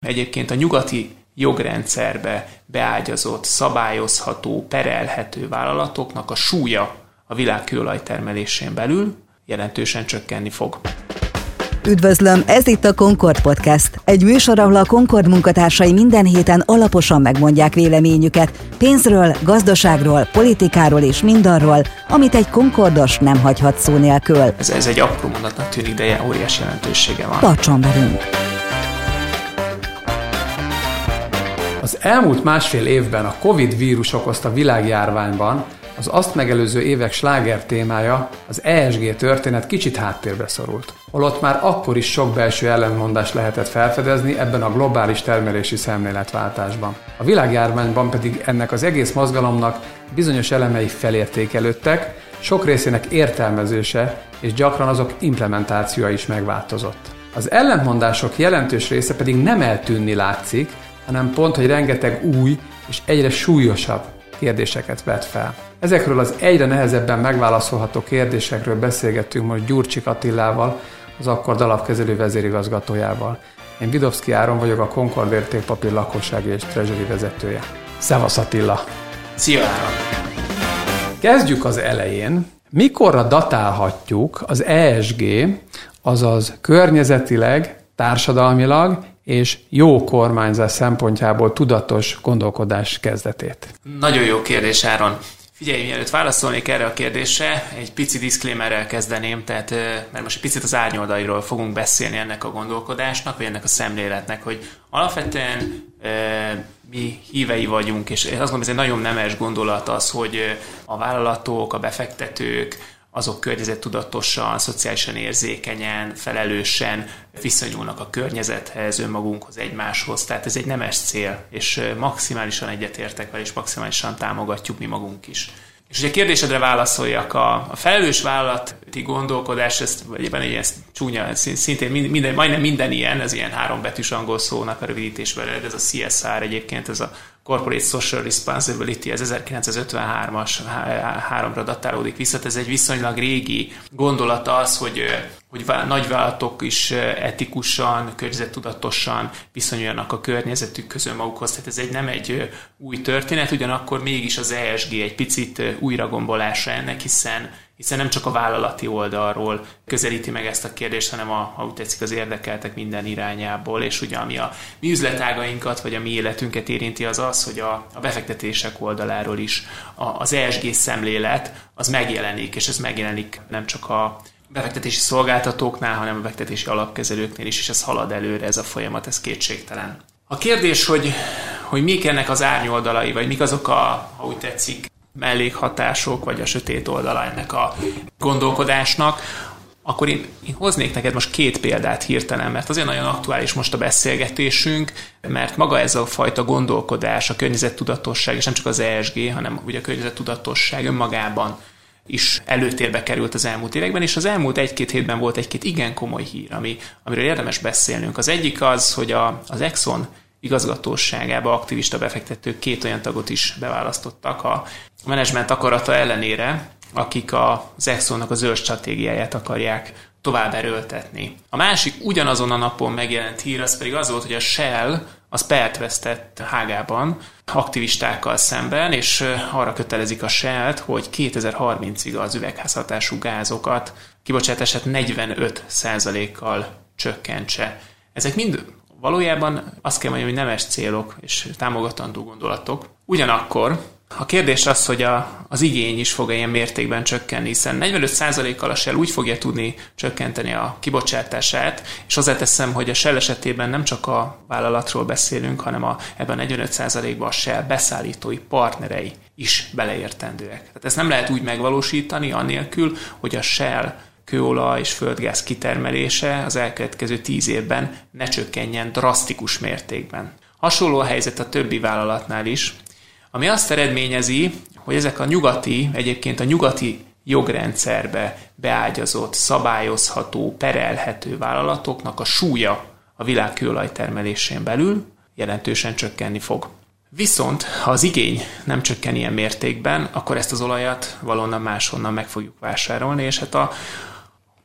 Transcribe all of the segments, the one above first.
egyébként a nyugati jogrendszerbe beágyazott, szabályozható, perelhető vállalatoknak a súlya a világ kőolajtermelésén belül jelentősen csökkenni fog. Üdvözlöm, ez itt a Concord Podcast. Egy műsor, ahol a Concord munkatársai minden héten alaposan megmondják véleményüket pénzről, gazdaságról, politikáról és mindarról, amit egy Concordos nem hagyhat szó nélkül. Ez egy apró mondatnak tűnik, de óriási jelentősége van. Tartson velünk! Az elmúlt másfél évben a Covid vírus okozta világjárványban az azt megelőző évek sláger témája, az ESG történet kicsit háttérbe szorult. Holott már akkor is sok belső ellentmondást lehetett felfedezni ebben a globális termelési szemléletváltásban. A világjárványban pedig ennek az egész mozgalomnak bizonyos elemei felértékelődtek, sok részének értelmezése és gyakran azok implementációja is megváltozott. Az ellentmondások jelentős része pedig nem eltűnni látszik, hanem pont, hogy rengeteg új és egyre súlyosabb kérdéseket vet fel. Ezekről az egyre nehezebben megválaszolható kérdésekről beszélgettünk most Gyurcsik Attilával, az Akkord alapkezelő vezérigazgatójával. Én Vidovszky Áron vagyok, a Concord értékpapír lakossági és treasury vezetője. Szevasz Attila! Szia Áron! Kezdjük az elején. Mikorra datálhatjuk az ESG, azaz környezetileg, társadalmilag és jó kormányzás szempontjából tudatos gondolkodás kezdetét? Nagyon jó kérdés, Áron. Figyelj, mielőtt válaszolnék erre a kérdésre, egy pici diszklémerrel kezdeném, tehát, mert most egy picit az árnyoldairól fogunk beszélni ennek a gondolkodásnak, vagy ennek a szemléletnek, hogy alapvetően mi hívei vagyunk, és azt gondolom, ez egy nagyon nemes gondolat az, hogy a vállalatok, a befektetők, azok környezettudatosan, szociálisan érzékenyen, felelősen viszonyulnak a környezethez, önmagunkhoz, egymáshoz. Tehát ez egy nemes cél, és maximálisan egyetértek vele, és maximálisan támogatjuk mi magunk is. És ugye a kérdésedre válaszoljak, a felelős vállalati gondolkodás, ez csúnya, szintén majdnem minden ilyen, ez ilyen 3 betűs angol szónak a rövidítésben ered, ez a CSR egyébként, ez a Corporate Social Responsibility, ez 1953-as 3-ra datálódik vissza, ez egy viszonylag régi gondolat az, hogy nagyvállalatok is etikusan, környezettudatosan viszonyuljanak a környezetük közül magukhoz. Tehát ez nem egy új történet, ugyanakkor mégis az ESG egy picit újragombolása ennek, hiszen nem csak a vállalati oldalról közelíti meg ezt a kérdést, hanem ha úgy tetszik, az érdekeltek minden irányából, és ugye ami a mi üzletágainkat, vagy a mi életünket érinti, az, hogy a befektetések oldaláról is az ESG szemlélet az megjelenik, és ez megjelenik nem csak a befektetési szolgáltatóknál, hanem a befektetési alapkezelőknél is, és ez halad előre, ez a folyamat, ez kétségtelen. A kérdés, hogy mik ennek az árnyoldalai, vagy mik azok ha úgy tetszik, mellékhatások, vagy a sötét oldala ennek a gondolkodásnak, akkor én hoznék neked most 2 példát hirtelen, mert azért nagyon aktuális most a beszélgetésünk, mert maga ez a fajta gondolkodás, a környezettudatosság, és nem csak az ESG, hanem ugye a környezettudatosság önmagában is előtérbe került az elmúlt években, és az elmúlt 1-2 hétben volt egy-két igen komoly hír, amiről érdemes beszélnünk. Az egyik az, hogy az Exxon igazgatóságába aktivista befektetők 2 olyan tagot is beválasztottak a menedzsment akarata ellenére, akik az Exxonnak a zöld stratégiáját akarják tovább erőltetni. A másik ugyanazon a napon megjelent hír, az pedig az volt, hogy a Shell az pert vesztett Hágában aktivistákkal szemben, és arra kötelezik a Shell-t, hogy 2030-ig az üvegházhatású gázokat kibocsátását 45%-kal csökkentse. Ezek mind valójában azt kell mondjam, hogy nemes célok és támogatandó gondolatok. Ugyanakkor a kérdés az, hogy az igény is fog ilyen mértékben csökkenni, hiszen 45%-kal a Shell úgy fogja tudni csökkenteni a kibocsátását, és hozzáteszem, hogy a Shell esetében nem csak a vállalatról beszélünk, hanem ebben a 45%-ban a Shell beszállítói partnerei is beleértendőek. Tehát ezt nem lehet úgy megvalósítani annélkül, hogy a Shell kőolaj és földgáz kitermelése az elkövetkező 10 évben ne csökkenjen drasztikus mértékben. Hasonló a helyzet a többi vállalatnál is, ami azt eredményezi, hogy ezek egyébként a nyugati jogrendszerbe beágyazott, szabályozható, perelhető vállalatoknak a súlya a világ kőolajtermelésén belül jelentősen csökkenni fog. Viszont, ha az igény nem csökken ilyen mértékben, akkor ezt az olajat valahonnan máshonnan meg fogjuk vásárolni, és hát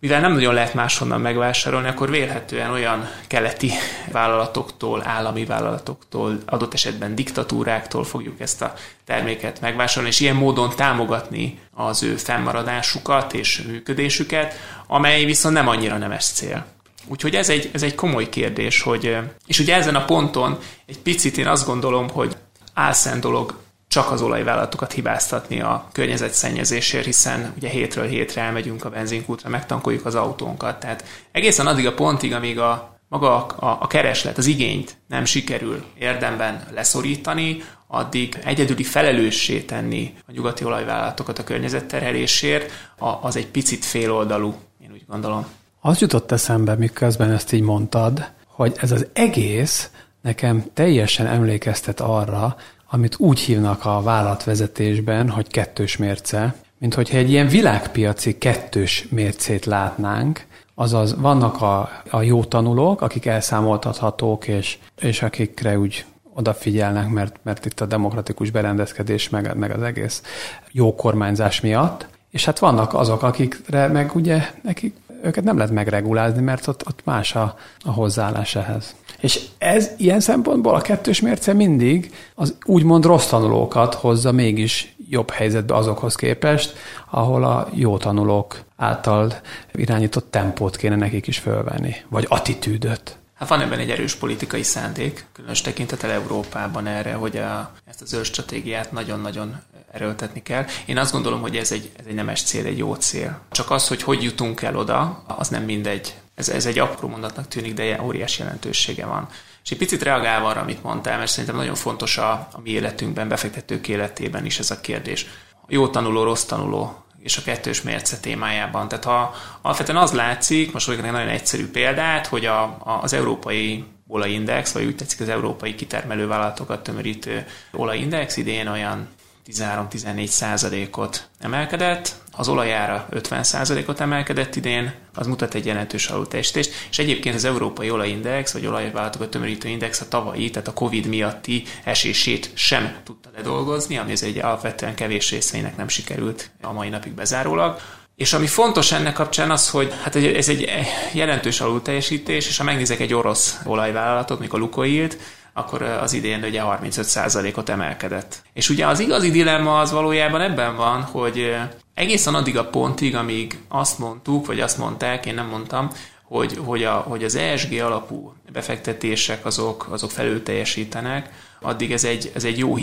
mivel nem nagyon lehet máshonnan megvásárolni, akkor vélhetően olyan keleti vállalatoktól, állami vállalatoktól, adott esetben diktatúráktól fogjuk ezt a terméket megvásárolni, és ilyen módon támogatni az ő fennmaradásukat és működésüket, amely viszont nem annyira nemes cél. Úgyhogy ez egy komoly kérdés, és ugye ezen a ponton egy picit én azt gondolom, hogy álszent dolog csak az olajvállalatokat hibáztatni a környezetszennyezésért, hiszen ugye hétről hétre elmegyünk a benzinkútra, megtankoljuk az autónkat. Tehát egészen addig a pontig, amíg maga a kereslet, az igényt nem sikerül érdemben leszorítani, addig egyedüli felelőssé tenni a nyugati olajvállalatokat a környezetterhelésért, az egy picit féloldalú, én úgy gondolom. Az jutott eszembe, miközben ezt így mondtad, hogy ez az egész nekem teljesen emlékeztet arra, amit úgy hívnak a vállalatvezetésben, hogy kettős mérce, mint hogyha egy ilyen világpiaci kettős mércét látnánk, azaz vannak a jó tanulók, akik elszámoltathatók, és akikre úgy odafigyelnek, mert itt a demokratikus berendezkedés, meg az egész jó kormányzás miatt, és hát vannak azok, akikre meg ugye őket nem lehet megregulázni, mert ott más a hozzáállás ehhez. És ez ilyen szempontból a kettős mérce mindig az úgymond rossz tanulókat hozza mégis jobb helyzetbe azokhoz képest, ahol a jó tanulók által irányított tempót kéne nekik is fölvenni, vagy attitűdöt. Hát van ebben egy erős politikai szándék, különös tekintettel Európában erre, hogy ezt a zöld stratégiát nagyon-nagyon erőltetni kell. Én azt gondolom, hogy ez egy nemes cél, egy jó cél. Csak az, hogy jutunk el oda, az nem mindegy. Ez egy apró mondatnak tűnik, de óriási jelentősége van. És egy picit reagálva arra, amit mondtál, mert szerintem nagyon fontos a mi életünkben, befektetők életében is ez a kérdés. Jó tanuló, rossz tanuló, és a kettős mérce témájában. Tehát alapvetően az látszik, most mondjuk egy nagyon egyszerű példát, hogy az európai olajindex, vagy úgy tetszik az európai kitermelővállalatokat tömörítő olajindex idén olyan 13-14%-ot emelkedett, az olajára 50%-ot emelkedett idén, az mutat egy jelentős alulteljesítést, és egyébként az európai olajindex, vagy olajvállalatokat tömörítő index a tavalyi, tehát a Covid miatti esését sem tudta ledolgozni, ami ez egy alapvetően kevés részvénynek nem sikerült a mai napig bezárólag. És ami fontos ennek kapcsán az, hogy hát ez egy jelentős alulteljesítés, és ha megnézek egy orosz olajvállalatot, mikor a Lukoilt, akkor az idén ugye 35%-ot emelkedett. És ugye az igazi dilemma az valójában ebben van, hogy egészen addig a pontig, amíg azt mondtuk, vagy azt mondták, én nem mondtam, hogy az ESG alapú befektetések azok felül teljesítenek, addig ez egy jó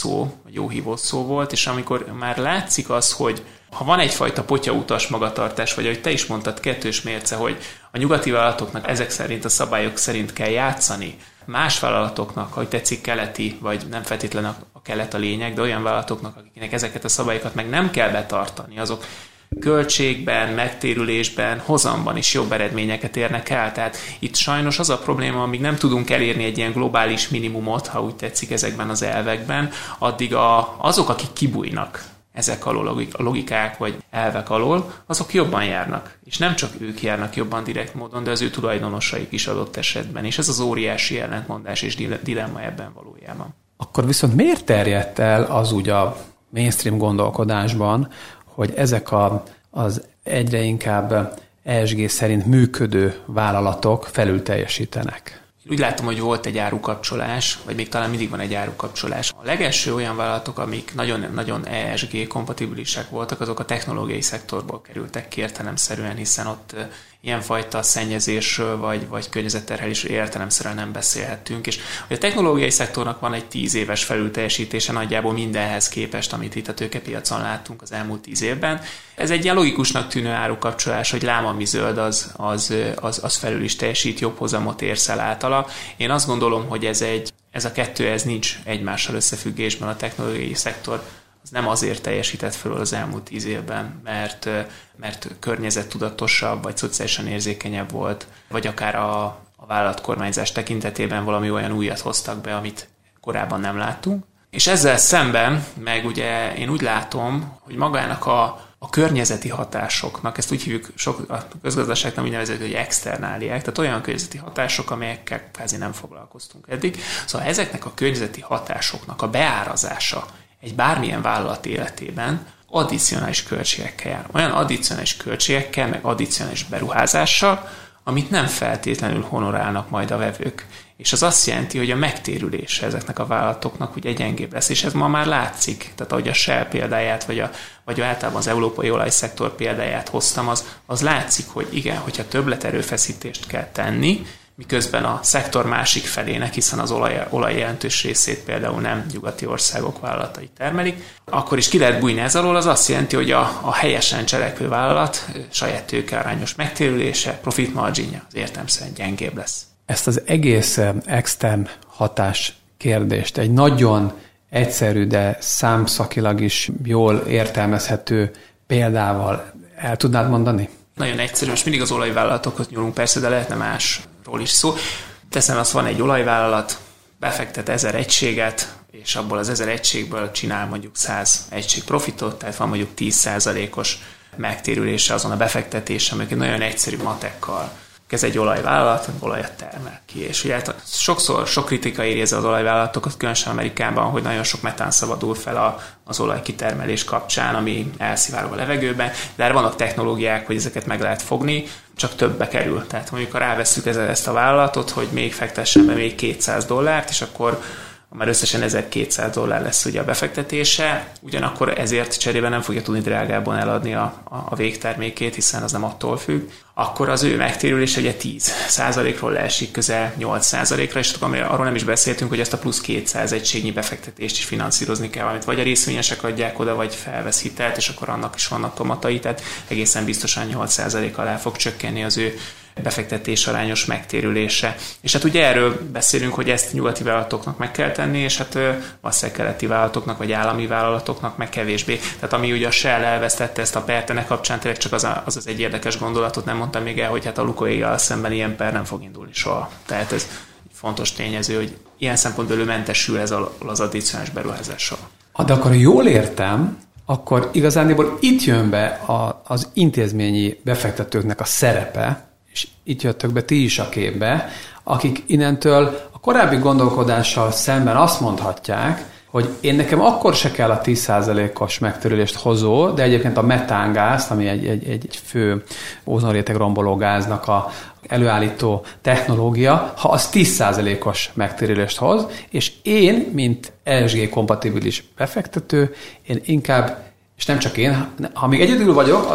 hívószó volt, és amikor már látszik az, hogy ha van egyfajta potyautas magatartás, vagy ahogy te is mondtad, kettős mérce, hogy a nyugati vállalatoknak ezek szerint, a szabályok szerint kell játszani, más vállalatoknak, hogy tetszik keleti, vagy nem feltétlenül a kelet a lényeg, de olyan vállalatoknak, akiknek ezeket a szabályokat meg nem kell betartani, azok költségben, megtérülésben, hozamban is jobb eredményeket érnek el. Tehát itt sajnos az a probléma, amíg nem tudunk elérni egy ilyen globális minimumot, ha úgy tetszik ezekben az elvekben, addig azok, akik kibújnak ezek alól, a logikák vagy elvek alól, azok jobban járnak. És nem csak ők járnak jobban direkt módon, de az ő tulajdonosaik is adott esetben. És ez az óriási ellentmondás és dilemma ebben valójában. Akkor viszont miért terjedt el az úgy a mainstream gondolkodásban, hogy ezek az egyre inkább ESG szerint működő vállalatok felül teljesítenek? Úgy látom, hogy volt egy árukapcsolás, vagy még talán mindig van egy árukapcsolás. A legelső olyan vállalatok, amik nagyon ESG kompatibilisek voltak, azok a technológiai szektorból kerültek ki értelemszerűen, hiszen ott ilyenfajta szennyezésről vagy környezetterhelésről értelemszerűen nem beszélhettünk. És hogy a technológiai szektornak van egy 10 éves felülteljesítése nagyjából mindenhez képest, amit itt a tőkepiacon láttunk az elmúlt 10 évben. Ez egy ilyen logikusnak tűnő árukapcsolás, hogy lám, ami zöld, az felül is teljesít, jobb hozamot érsz el általa. Én azt gondolom, hogy ez a kettő ez nincs egymással összefüggésben. A technológiai szektor az nem azért teljesített föl az elmúlt 10 évben, mert környezettudatosabb, vagy szociálisan érzékenyebb volt, vagy akár a vállalatkormányzás tekintetében valami olyan újat hoztak be, amit korábban nem láttunk. És ezzel szemben, meg ugye én úgy látom, hogy magának a környezeti hatásoknak, ezt úgy hívjuk a közgazdaságban úgynevezett, hogy externáliák, tehát olyan környezeti hatások, amelyekkel kvázi nem foglalkoztunk eddig. Szóval ezeknek a környezeti hatásoknak a beárazása egy bármilyen vállalat életében, addicionális költségekkel jár. Olyan addicionális költségekkel, meg addicionális beruházással, amit nem feltétlenül honorálnak majd a vevők. És az azt jelenti, hogy a megtérülése ezeknek a vállalatoknak ugye gyengébb lesz, és ez ma már látszik. Tehát ahogy a Shell példáját, vagy általában az európai olajszektor példáját hoztam, az látszik, hogy igen, hogyha többleterőfeszítést kell tenni, miközben a szektor másik felének, hiszen az olaj jelentős részét például nem nyugati országok vállalatai termelik, akkor is ki lehet bújni ez alól, az azt jelenti, hogy a helyesen cselekvő vállalat saját tőkearányos megtérülése, profit marginja az értelemszerűen gyengébb lesz. Ezt az egész extern hatás kérdést egy nagyon egyszerű, de számszakilag is jól értelmezhető példával el tudnád mondani? Nagyon egyszerű, most mindig az olajvállalatokhoz nyúlunk persze, de lehetne másról is szó. Teszem azt, van egy olajvállalat, befektet 1000 egységet, és abból az 1000 egységből csinál mondjuk 100 egység profitot, tehát van mondjuk 10%-os megtérülése azon a befektetésen, amelyik nagyon egyszerű matekkal. Ez egy olajvállalat, olajat termel ki. És ugye sokszor sok kritika éri az olajvállalatokat, különösen Amerikában, hogy nagyon sok metán szabadul fel az olajkitermelés kapcsán, ami elszivárog a levegőben, de erre vannak technológiák, hogy ezeket meg lehet fogni, csak többbe kerül. Tehát mondjuk, ha rávesszük ezt a vállalatot, hogy még fektessen be még $200, és akkor már összesen $1200 lesz ugye a befektetése, ugyanakkor ezért cserébe nem fogja tudni drágábban eladni a végtermékét, hiszen az nem attól függ, akkor az ő megtérülése ugye 10%-ról leesik közel 8%-ra, és arról nem is beszéltünk, hogy ezt a plusz 200 egységnyi befektetést is finanszírozni kell, amit vagy a részvényesek adják oda, vagy felvesz hitelt, és akkor annak is vannak kamatai, tehát egészen biztosan 8% alá fog csökkenni az ő befektetés arányos megtérülése. És hát ugye erről beszélünk, hogy ezt nyugati vállalatoknak meg kell tenni, és hát valószínűleg keleti vállalatoknak, vagy állami vállalatoknak meg kevésbé. Tehát ami ugye a Shell elvesztette ezt a pert, ennek kapcsán tényleg csak az egy érdekes gondolatot nem mondtam még el, hogy hát a Lukoiljal szemben ilyen per nem fog indulni soha. Tehát ez egy fontos tényező, hogy ilyen szempontból ő mentesül ez az addicionális beruházással. De akkor jól értem, akkor igazániból itt jön be az intézményi befektetőknek a szerepe, és itt jöttök be ti is a képbe, akik innentől a korábbi gondolkodással szemben azt mondhatják, hogy én nekem akkor se kell a 10%-os megtérülést hozó, de egyébként a metángázt, ami egy fő ózonréteg romboló gáznak a előállító technológia, ha az 10%-os megtérülést hoz, és én, mint ESG-kompatibilis befektető, én inkább, és nem csak én, ha még egyedül vagyok,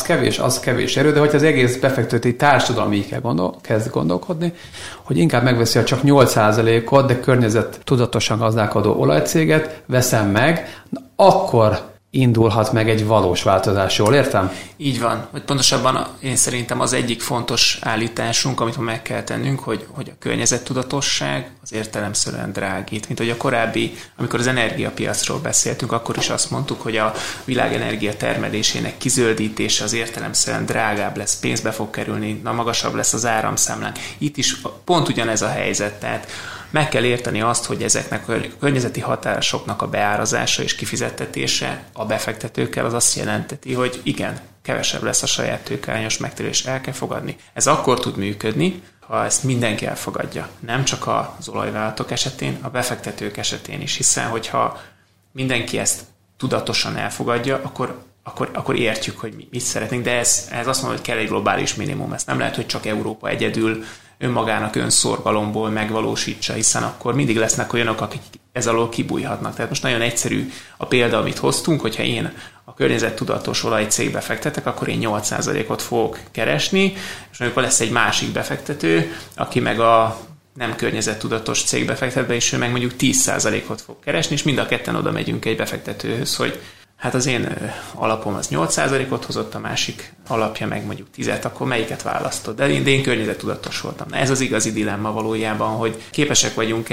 az kevés erő, de hogy az egész befektetői társadalom így kezd gondolkodni, hogy inkább megveszi a csak 8%-ot, de környezet tudatosan gazdálkodó olajcéget veszem meg, akkor indulhat meg egy valós változás, jól értem? Így van. Vagy pontosabban én szerintem az egyik fontos állításunk, amit meg kell tennünk, hogy a környezettudatosság az értelemszerűen drágít. Mint hogy a korábbi, amikor az energiapiacról beszéltünk, akkor is azt mondtuk, hogy a világ energia termelésének kizöldítése az értelemszerűen drágább lesz, pénzbe fog kerülni, magasabb lesz az áramszámlán. Itt is pont ugyanez a helyzet, tehát meg kell érteni azt, hogy ezeknek a környezeti hatásoknak a beárazása és kifizettetése a befektetőkkel az azt jelenteti, hogy igen, kevesebb lesz a saját tőkearányos megtérülés, el kell fogadni. Ez akkor tud működni, ha ezt mindenki elfogadja. Nem csak az olajvállalatok esetén, a befektetők esetén is, hiszen hogyha mindenki ezt tudatosan elfogadja, akkor értjük, hogy mit szeretnénk, de ez azt mondja, hogy kell egy globális minimum. Ez nem lehet, hogy csak Európa egyedül önmagának önszorgalomból megvalósítsa, hiszen akkor mindig lesznek olyanok, akik ez alól kibújhatnak. Tehát most nagyon egyszerű a példa, amit hoztunk, hogyha én a környezettudatos olajcégbe fektetek, akkor én 8%-ot fogok keresni, és amikor lesz egy másik befektető, aki meg a nem környezettudatos cégbe fektet be, és ő meg mondjuk 10%-ot fog keresni, és mind a ketten oda megyünk egy befektetőhöz, hogy hát az én alapom az 8%-ot hozott, a másik alapja meg mondjuk 10-et, akkor melyiket választod? De én környezettudatos voltam. Ez az igazi dilemma valójában, hogy képesek vagyunk-e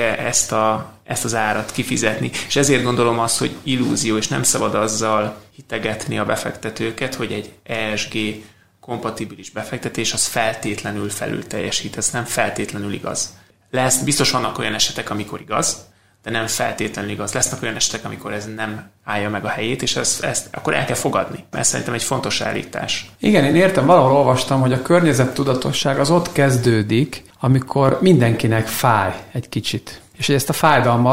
ezt az árat kifizetni. És ezért gondolom azt, hogy illúzió, és nem szabad azzal hitegetni a befektetőket, hogy egy ESG kompatibilis befektetés az feltétlenül felül teljesít. Ez nem feltétlenül igaz. Biztos vannak olyan esetek, amikor igaz, de nem feltétlenül igaz. Lesznek olyan esetek, amikor ez nem állja meg a helyét, és ezt akkor el kell fogadni. Ez szerintem egy fontos állítás. Igen, én értem, valahol olvastam, hogy a környezettudatosság az ott kezdődik, amikor mindenkinek fáj egy kicsit. És hogy ezt a fájdalmat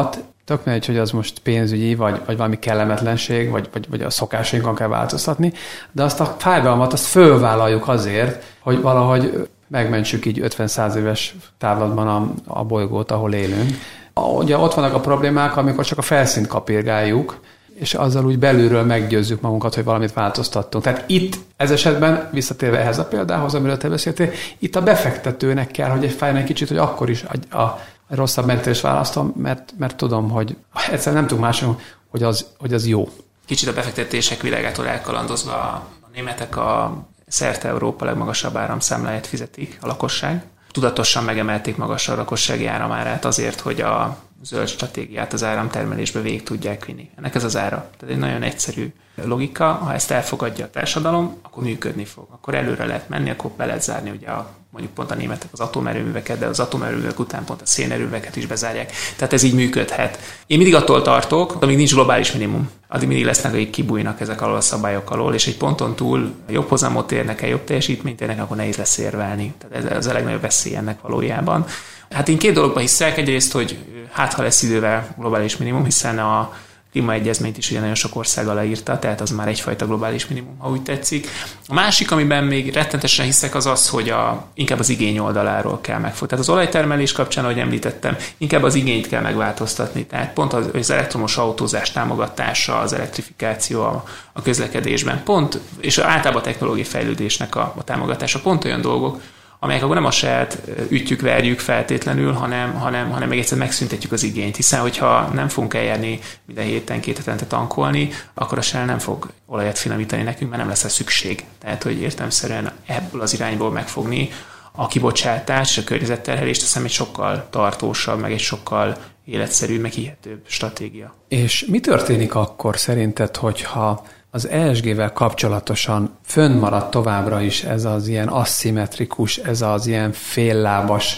Tök mindegy, hogy az most pénzügyi, vagy valami kellemetlenség, vagy a szokásainkon kell változtatni, de azt a fájdalmat, azt fölvállaljuk azért, hogy valahogy megmentsük így 50-100 éves távlatban a bolygót, ahol élünk. Ugye ott vannak a problémák, amikor csak a felszínt kapirgáljuk, és azzal úgy belülről meggyőzzük magunkat, hogy valamit változtattunk. Tehát itt, ez esetben, visszatérve ehhez a példához, amiről te beszéltél, itt a befektetőnek kell, hogy egy fájjon egy kicsit, hogy akkor is a rosszabb mentést választom, mert tudom, hogy egyszerűen nem tudunk máson, hogy az jó. Kicsit a befektetések világától elkalandozva a németek a szerte Európa legmagasabb áramszámláját fizetik, a lakosság. Tudatosan megemelték magasra a lakossági áramárát azért, hogy a zöld stratégiát az áramtermelésbe végig tudják vinni. Ennek ez az ára. Tehát egy nagyon egyszerű logika, ha ezt elfogadja a társadalom, akkor működni fog. Akkor előre lehet menni, akkor be lehet zárni ugye mondjuk pont a németek az atomerőműveket, de az atomerőművek után pont a szénerőműveket is bezárják. Tehát ez így működhet. Én mindig attól tartok, amíg nincs globális minimum. Addig mindig lesznek, akik kibújnak ezek alól a szabályok alól, és egy ponton túl jobb hozamot érnek el, jobb teljesítményt érnek, akkor nehéz lesz érvelni. Tehát ez a legnagyobb veszély ennek valójában. Hát én két dologban hiszek. Egyrészt, hogy ha lesz idővel globális minimum, hiszen a klímaegyezményt is ugye nagyon sok ország aláírta, tehát az már egyfajta globális minimum, ha úgy tetszik. A másik, amiben még rettentesen hiszek, az, hogy inkább az igény oldaláról kell megfogni. Tehát az olajtermelés kapcsán, ahogy említettem, inkább az igényt kell megváltoztatni. Tehát pont az elektromos autózás támogatása, az elektrifikáció a közlekedésben, pont, és általában a technológiai fejlődésnek a támogatása pont olyan dolgok, amelyek akkor nem a saját ütjük-verjük feltétlenül, hanem még egyszer megszüntetjük az igényt. Hiszen, hogyha nem fogunk eljárni minden héten, 2 hetente tankolni, akkor a Shell nem fog olajat finomítani nekünk, mert nem lesz szükség. Tehát, hogy értelemszerűen ebből az irányból megfogni a kibocsátás és a környezetterhelést, azt hiszem egy sokkal tartósabb, meg egy sokkal életszerűbb, meg hihetőbb stratégia. És mi történik akkor szerinted, hogyha az ESG-vel kapcsolatosan fönnmarad továbbra is ez az ilyen aszimmetrikus, ez az ilyen féllábas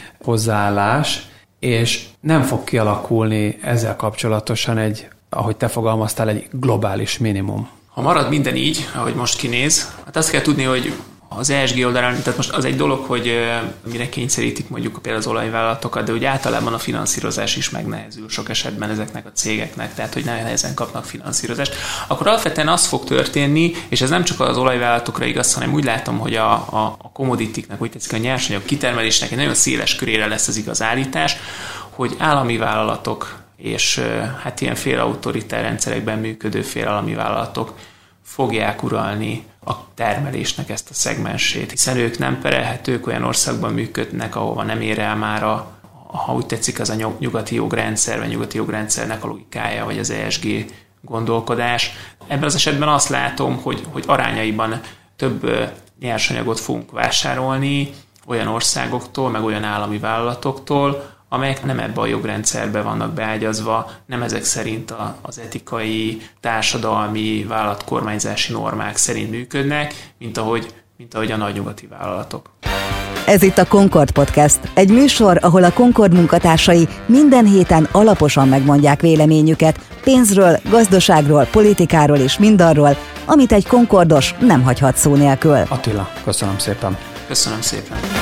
hozzáállás, és nem fog kialakulni ezzel kapcsolatosan ahogy te fogalmaztál, egy globális minimum? Ha marad minden így, ahogy most kinéz, hát azt kell tudni, hogy az ESG oldalán, tehát most az egy dolog, hogy mire kényszerítik mondjuk például az olajvállalatokat, de úgy általában a finanszírozás is megnehezül sok esetben ezeknek a cégeknek, tehát hogy nehezen kapnak finanszírozást. Akkor alapvetően az fog történni, és ez nem csak az olajvállalatokra igaz, hanem úgy látom, hogy a commodity-knek, úgy tetszik, a nyersanyag kitermelésnek egy nagyon széles körére lesz az igaz állítás, hogy állami vállalatok és hát ilyen félautoritár rendszerekben működő félállami vállalatok fogják uralni a termelésnek ezt a szegmensét, hiszen ők nem perelhetők, olyan országban működnek, ahova nem ér el már ha úgy tetszik, az a nyugati jogrendszer, vagy nyugati jogrendszernek a logikája, vagy az ESG gondolkodás. Ebben az esetben azt látom, hogy arányaiban több nyersanyagot fogunk vásárolni olyan országoktól, meg olyan állami vállalatoktól, amelyek nem ebbe a jogrendszerbe vannak beágyazva, nem ezek szerint az etikai, társadalmi, vállalatkormányzási normák szerint működnek, mint ahogy a nagy nyugati vállalatok. Ez itt a Concord Podcast, egy műsor, ahol a Concord munkatársai minden héten alaposan megmondják véleményüket pénzről, gazdaságról, politikáról és mindarról, amit egy Concordos nem hagyhat szó nélkül. Attila, köszönöm szépen. Köszönöm szépen.